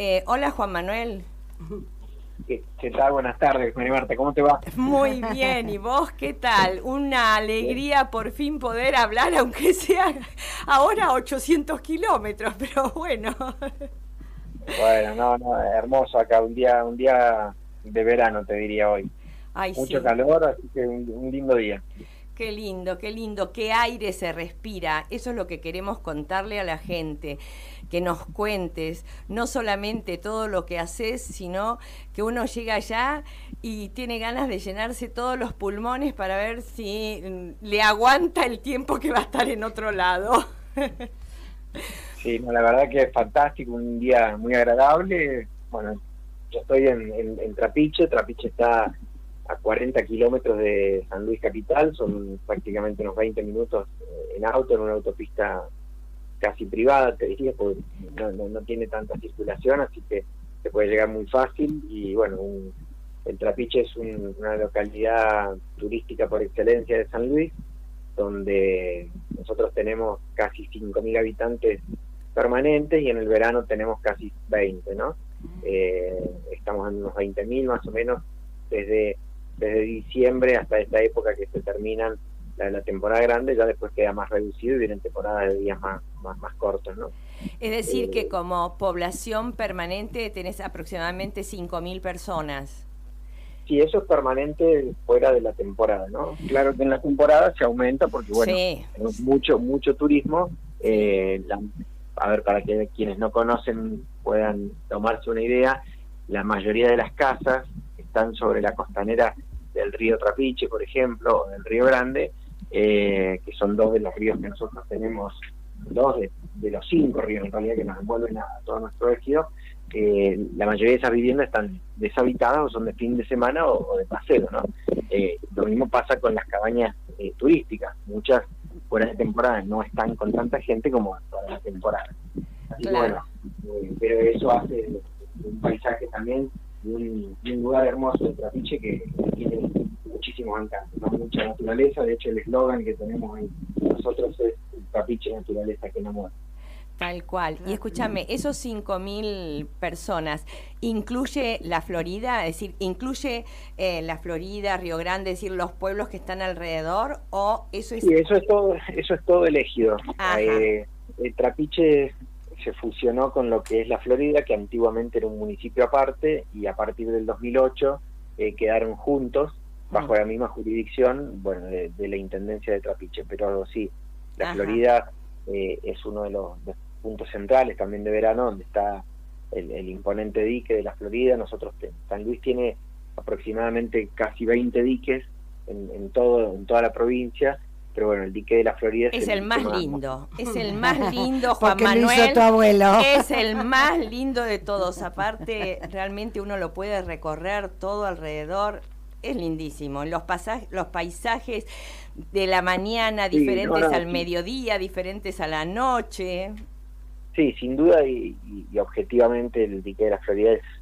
Hola Juan Manuel. ¿Qué tal? Buenas tardes, María Marta, ¿cómo te va? Muy bien, ¿y vos qué tal? Una Bien. alegría por fin poder hablar, aunque sea ahora a 800 kilómetros, pero bueno. Bueno, no, hermoso acá, un día de verano te diría hoy. Ay, Mucho sí. calor, así que un lindo día. Qué lindo, qué aire se respira. Eso es lo que queremos contarle a la gente, que nos cuentes no solamente todo lo que haces, sino que uno llega allá y tiene ganas de llenarse todos los pulmones para ver si le aguanta el tiempo que va a estar en otro lado. Sí, no, la verdad que es fantástico, un día muy agradable. Bueno, yo estoy en Trapiche. Trapiche está a 40 kilómetros de San Luis Capital, son prácticamente unos 20 minutos en auto, en una autopista casi privada, te diría, porque no tiene tanta circulación, así que se puede llegar muy fácil. Y bueno, el Trapiche es una localidad turística por excelencia de San Luis, donde nosotros tenemos casi 5.000 habitantes permanentes y en el verano tenemos casi 20, ¿no? Estamos en unos 20.000 más o menos desde, desde diciembre hasta esta época que se terminan la temporada grande. Ya después queda más reducido y vienen temporadas de días más cortos, ¿no? Es decir, que Eh, como población permanente tenés aproximadamente 5.000 personas. sí, eso es permanente fuera de la temporada, ¿no? Claro que en la temporada se aumenta porque, bueno, Sí, tenemos mucho turismo. sí. A ver, para que quienes no conocen puedan tomarse una idea, la mayoría de las casas están sobre la costanera del río Trapiche, por ejemplo, o del río Grande, que son dos de los ríos que nosotros tenemos, dos de los cinco ríos en realidad que nos envuelven a todo nuestro ejido. La mayoría de esas viviendas están deshabitadas o son de fin de semana o de paseo, ¿no? Lo mismo pasa con las cabañas turísticas, muchas fuera de temporada no están con tanta gente como toda la temporada. Así que bueno, Claro. pero eso hace un paisaje también y un lugar hermoso de Trapiche que tiene muchísimos encantos, ¿no? Mucha naturaleza. De hecho, el eslogan que tenemos ahí nosotros es Trapiche, naturaleza que enamora. Tal cual. Y escúchame, esos 5.000 personas, ¿incluye la Florida? Es decir, ¿incluye la Florida, Río Grande, es decir, los pueblos que están alrededor? ¿O eso es...? Sí, eso es todo elegido. Ajá. El Trapiche se fusionó con lo que es la Florida, que antiguamente era un municipio aparte, y a partir del 2008 quedaron juntos Mm. bajo la misma jurisdicción, bueno, de la Intendencia de Trapiche. Pero sí, la Ajá. Florida es uno de los puntos centrales también de verano, donde está el imponente dique de la Florida. San Luis tiene aproximadamente casi 20 diques en toda la provincia, pero bueno, el dique de la Florida es Es el el dique más más. lindo, es el más lindo, Juan Porque lo hizo tu Manuel, abuelo. es el más lindo de todos. Aparte, realmente uno lo puede recorrer todo alrededor, es lindísimo. Los paisajes de la mañana Sí, no, diferentes no, al sí, mediodía, diferentes a la noche. sí, sin duda y objetivamente el dique de la Florida es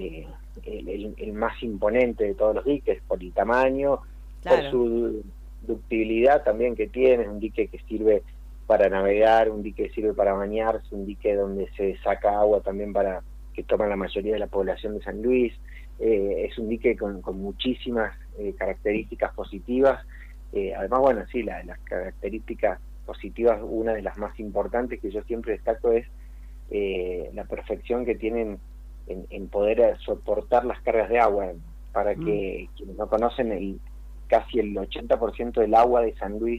el más imponente de todos los diques, por el tamaño, por Claro, su ductibilidad también que tiene. Es un dique que sirve para navegar, un dique que sirve para bañarse, un dique donde se saca agua también para que toma la mayoría de la población de San Luis. Es un dique con muchísimas características positivas. Además, bueno, sí, las características positivas, una de las más importantes que yo siempre destaco es la perfección que tienen en poder soportar las cargas de agua. Para que quienes no conocen, casi el 80% del agua de San Luis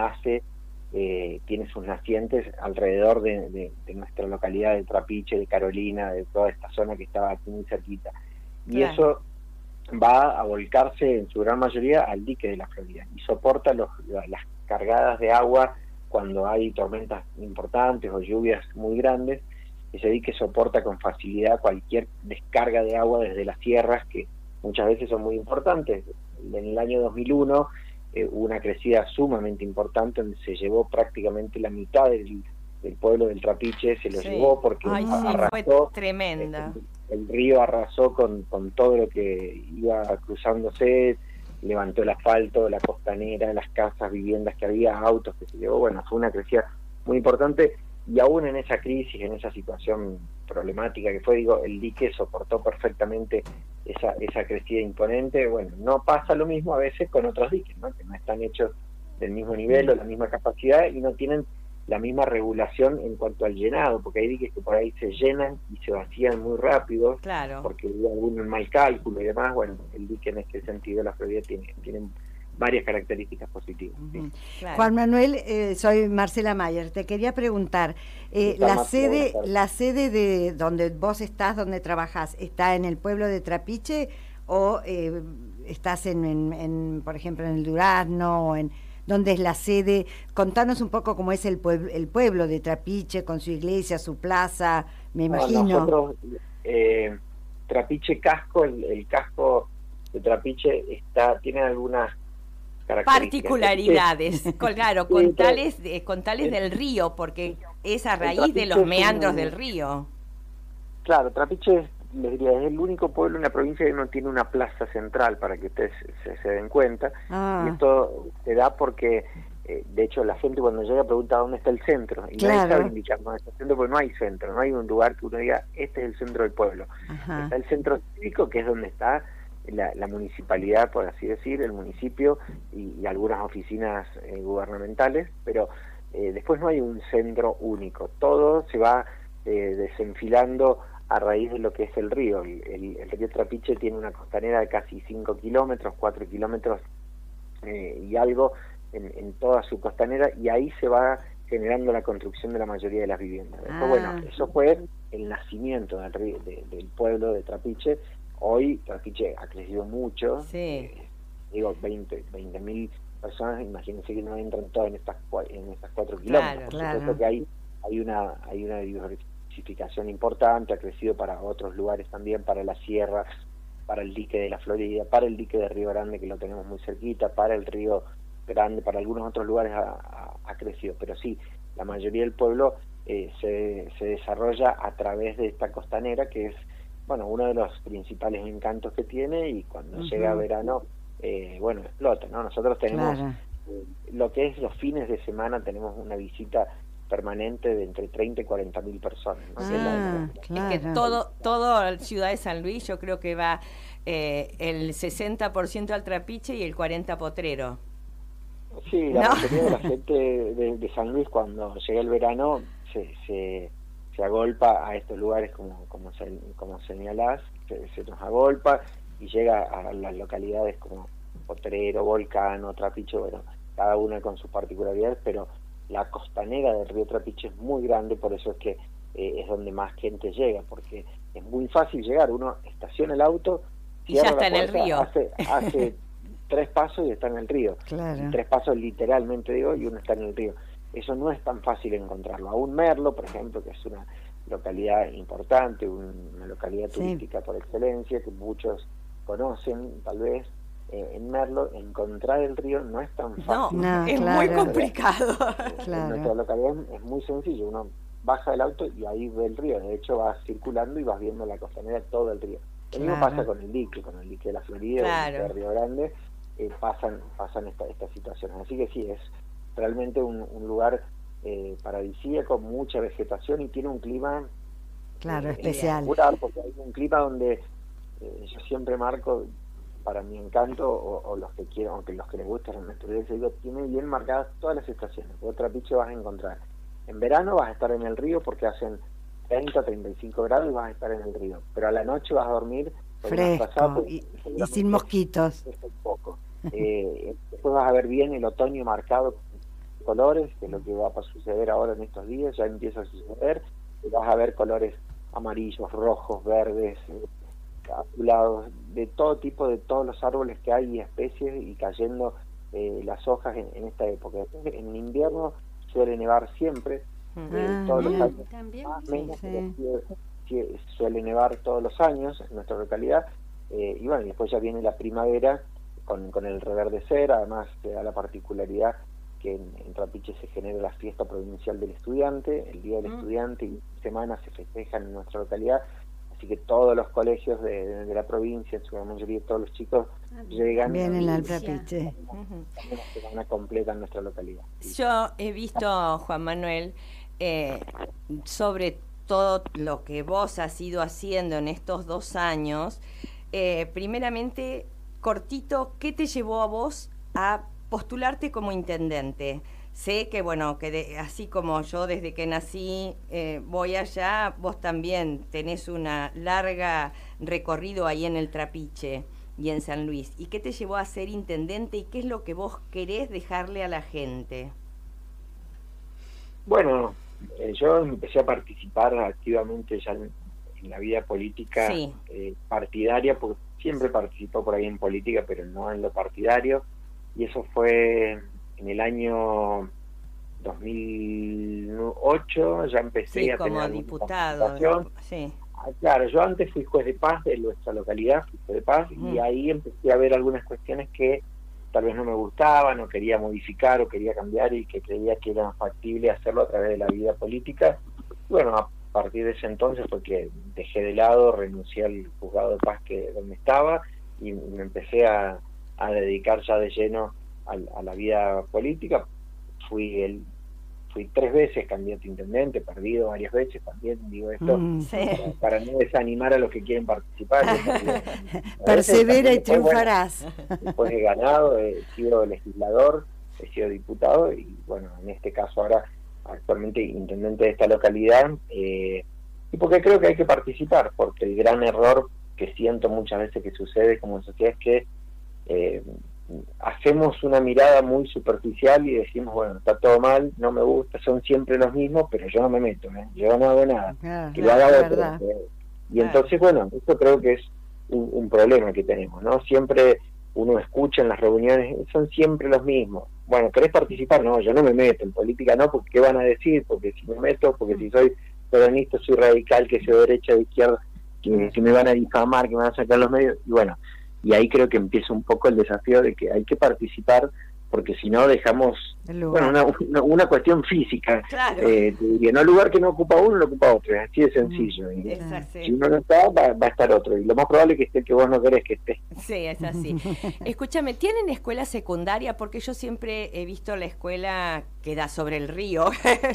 tiene sus nacientes alrededor de nuestra localidad de Trapiche, de Carolina, de toda esta zona que estaba aquí muy cerquita. Y claro. eso va a volcarse en su gran mayoría al dique de la Florida y soporta las cargadas de agua cuando hay tormentas importantes o lluvias muy grandes. Ese dique soporta con facilidad cualquier descarga de agua desde las sierras, que muchas veces son muy importantes. En el año 2001 hubo una crecida sumamente importante donde se llevó prácticamente la mitad del pueblo del Trapiche, se lo Sí. llevó porque Ay, sí, fue arrasó. tremenda. El río arrasó con todo lo que iba cruzándose, levantó el asfalto, la costanera, las casas, viviendas que había, autos que se llevó. Bueno, fue una crecida muy importante. y aún en esa crisis, en esa situación problemática que fue, digo, el dique soportó perfectamente esa crecida imponente. Bueno, no pasa lo mismo a veces con otros diques, ¿no? Que no están hechos del mismo nivel o la misma capacidad y no tienen la misma regulación en cuanto al llenado, porque hay diques que por ahí se llenan y se vacían muy rápido, claro, porque hay algún mal cálculo y demás. Bueno, el dique en este sentido, la Florida tiene varias características positivas. ¿Sí? Claro. Juan Manuel, soy Marcela Mayer. Te quería preguntar, la sede de donde vos estás, donde trabajás, ¿está en el pueblo de Trapiche o estás por ejemplo, en el Durazno? ¿Dónde es la sede? Contanos un poco cómo es el pueblo de Trapiche, con su iglesia, su plaza, me imagino. Nosotros, Trapiche Casco, el casco de Trapiche tiene algunas particularidades, claro, con tales del río, porque es a raíz de los meandros del río. Claro, Trapiche, les diría, es el único pueblo en la provincia que no tiene una plaza central, para que ustedes se den cuenta. Y esto se da porque, de hecho, la gente cuando llega pregunta dónde está el centro, y nadie sabe indicar dónde está el centro, porque no hay centro, no hay un lugar que uno diga, este es el centro del pueblo. Está el centro cívico, que es donde está la municipalidad, por así decir, el municipio y algunas oficinas gubernamentales, pero después no hay un centro único. Todo se va desenfilando a raíz de lo que es el río. El río Trapiche tiene una costanera de casi 5 kilómetros, 4 kilómetros y algo en toda su costanera, y ahí se va generando la construcción de la mayoría de las viviendas. Después, bueno, eso fue el nacimiento del río, del pueblo de Trapiche. Hoy Trapiche ha crecido mucho, digo, 20.000 personas, imagínense que no entran todas en estas 4 kilómetros. Por supuesto que hay una diversificación importante, ha crecido para otros lugares también, para la sierra, para el dique de la Florida, para el dique de Río Grande, que lo tenemos muy cerquita, para el Río Grande, para algunos otros lugares ha crecido, pero sí, la mayoría del pueblo se desarrolla a través de esta costanera, que es, bueno, uno de los principales encantos que tiene, y cuando llega verano, bueno, explota, ¿no? Nosotros tenemos, lo que es los fines de semana, tenemos una visita permanente de entre 30 y 40 mil personas, ¿no? Es que todo Ciudad de San Luis, yo creo que va el 60% al Trapiche y el 40% Potrero. Sí, la mayoría de la gente de San Luis, cuando llega el verano, se agolpa a estos lugares como señalás, se nos agolpa y llega a las localidades como Potrero, Volcano, Trapiche, bueno, cada una con sus particularidades, pero la costanera del río Trapiche es muy grande, por eso es que es donde más gente llega, porque es muy fácil llegar, uno estaciona el auto y ya está en el río, hace 3 pasos y está en el río, 3 pasos literalmente digo, y uno está en el río. Eso no es tan fácil encontrarlo. Aún Merlo, por ejemplo, que es una localidad importante, una localidad turística por excelencia, que muchos conocen tal vez, en Merlo encontrar el río no es tan fácil. No, es muy complicado. En nuestra localidad es muy sencillo, uno baja del auto y ahí ve el río, de hecho vas circulando y vas viendo la costanera, todo el río. Lo mismo pasa con el dique de la Florida, el dique de Río Grande, pasan estas situaciones. Así que sí, es realmente un lugar paradisíaco, mucha vegetación, y tiene un clima especial. Porque hay un clima donde yo siempre marco, para mi encanto, o los que quieren, o que los que les gusta la naturaleza, digo, tiene bien marcadas todas las estaciones. Por Trapiche vas a encontrar, en verano vas a estar en el río porque hacen 30, 35 grados y vas a estar en el río, pero a la noche vas a dormir fresco y sin mosquitos. Poco. Después vas a ver bien el otoño marcado con colores, que es lo que va a suceder ahora en estos días, ya empieza a suceder, y vas a ver colores amarillos, rojos, verdes, azulados, de todo tipo, de todos los árboles que hay y especies, y cayendo las hojas en esta época. Después, en invierno suele nevar siempre, todos los años, más o menos, suele nevar todos los años en nuestra localidad, y bueno, después ya viene la primavera con el reverdecer. Además te da la particularidad que en Trapiche se genera la fiesta provincial del estudiante, el Día del Estudiante, y semanas se festejan en nuestra localidad, así que todos los colegios de la provincia, en su gran mayoría todos los chicos llegan, vienen al Trapiche, se van a completar nuestra localidad. Yo he visto, Juan Manuel, sobre todo lo que vos has ido haciendo en estos 2 años. Primeramente, cortito, ¿qué te llevó a vos a postularte como intendente? Sé que, bueno, que así como yo desde que nací voy allá, vos también tenés una larga recorrido ahí en el Trapiche y en San Luis. ¿Y qué te llevó a ser intendente y qué es lo que vos querés dejarle a la gente? Bueno, yo empecé a participar activamente ya en la vida política, sí, partidaria, porque siempre participó por ahí en política, pero no en lo partidario, y eso fue en el año 2008, ya empecé sí, a como tener diputado. Sí. Claro, yo antes fui juez de paz de nuestra localidad, fui juez de paz, y ahí empecé a ver algunas cuestiones que tal vez no me gustaban, o quería modificar, o quería cambiar, y que creía que era factible hacerlo a través de la vida política. Bueno, a partir de ese entonces fue que dejé de lado, renuncié al juzgado de paz donde estaba, y me empecé a dedicar ya de lleno a la vida política. Fui 3 veces candidato a intendente, perdido varias veces también, digo esto, para no desanimar a los que quieren participar. Persevera y triunfarás. Bueno, después he ganado, he sido legislador, he sido diputado, y bueno, en este caso ahora actualmente intendente de esta localidad, y porque creo que hay que participar, porque el gran error que siento muchas veces que sucede como sociedad es que hacemos una mirada muy superficial y decimos, bueno, está todo mal, no me gusta, son siempre los mismos, pero yo no me meto, yo no hago nada, que lo haga otro. Y entonces, bueno, esto creo que es un problema que tenemos, ¿no? Siempre uno escucha en las reuniones, son siempre los mismos. Bueno, ¿querés participar? No, yo no me meto, en política no, porque ¿qué van a decir? Porque si me meto, porque si soy peronista, soy radical, que soy de derecha, de izquierda, que me van a difamar, que me van a sacar los medios, y bueno, y ahí creo que empieza un poco el desafío de que hay que participar, porque si no dejamos, bueno, una cuestión física, claro. Te diría, no, el lugar que no ocupa uno, lo ocupa otro, es así de sencillo. Y si uno no está, va a estar otro, y lo más probable es que esté el que vos no querés que esté. Sí, es así. Escúchame, ¿tienen escuela secundaria? Porque yo siempre he visto la escuela que da sobre el río.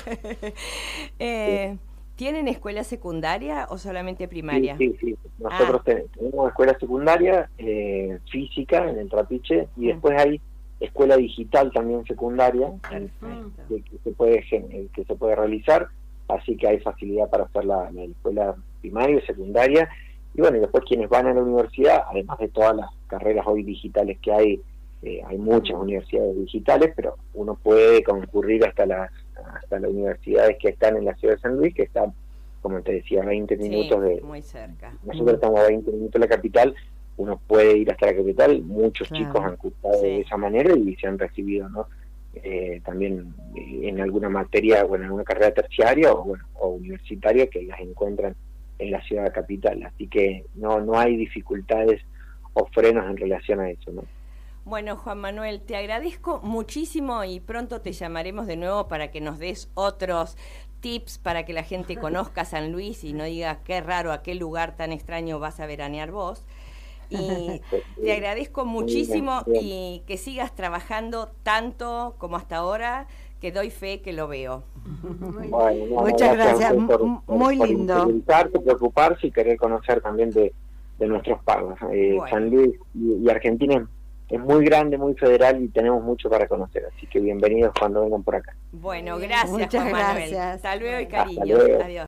Sí. ¿Tienen escuela secundaria o solamente primaria? Sí. Nosotros tenemos escuela secundaria, física en el Trapiche, y después hay escuela digital también secundaria, que se puede realizar, así que hay facilidad para hacer la escuela primaria y secundaria. Y bueno, y después quienes van a la universidad, además de todas las carreras hoy digitales que hay muchas universidades digitales, pero uno puede concurrir hasta las universidades que están en la ciudad de San Luis, que están, como te decía, 20 minutos muy cerca. Nosotros estamos a 20 minutos de la capital, uno puede ir hasta la capital, muchos chicos han cursado de esa manera y se han recibido, ¿no? También en alguna materia o en alguna carrera terciaria o universitaria que las encuentran en la ciudad capital, así que no hay dificultades o frenos en relación a eso, ¿no? Bueno, Juan Manuel, te agradezco muchísimo y pronto te llamaremos de nuevo para que nos des otros tips para que la gente conozca San Luis y no diga qué raro, a qué lugar tan extraño vas a veranear vos. Y te agradezco muchísimo y que sigas trabajando tanto como hasta ahora, que doy fe que lo veo. Bueno, muchas gracias, muy lindo. Por preocuparse y querer conocer también de nuestros pagos. San Luis y Argentina es muy grande, muy federal y tenemos mucho para conocer, así que bienvenidos cuando vengan por acá. Bueno, gracias, Muchas Juan Manuel. gracias. Hasta luego y cariño. Adiós.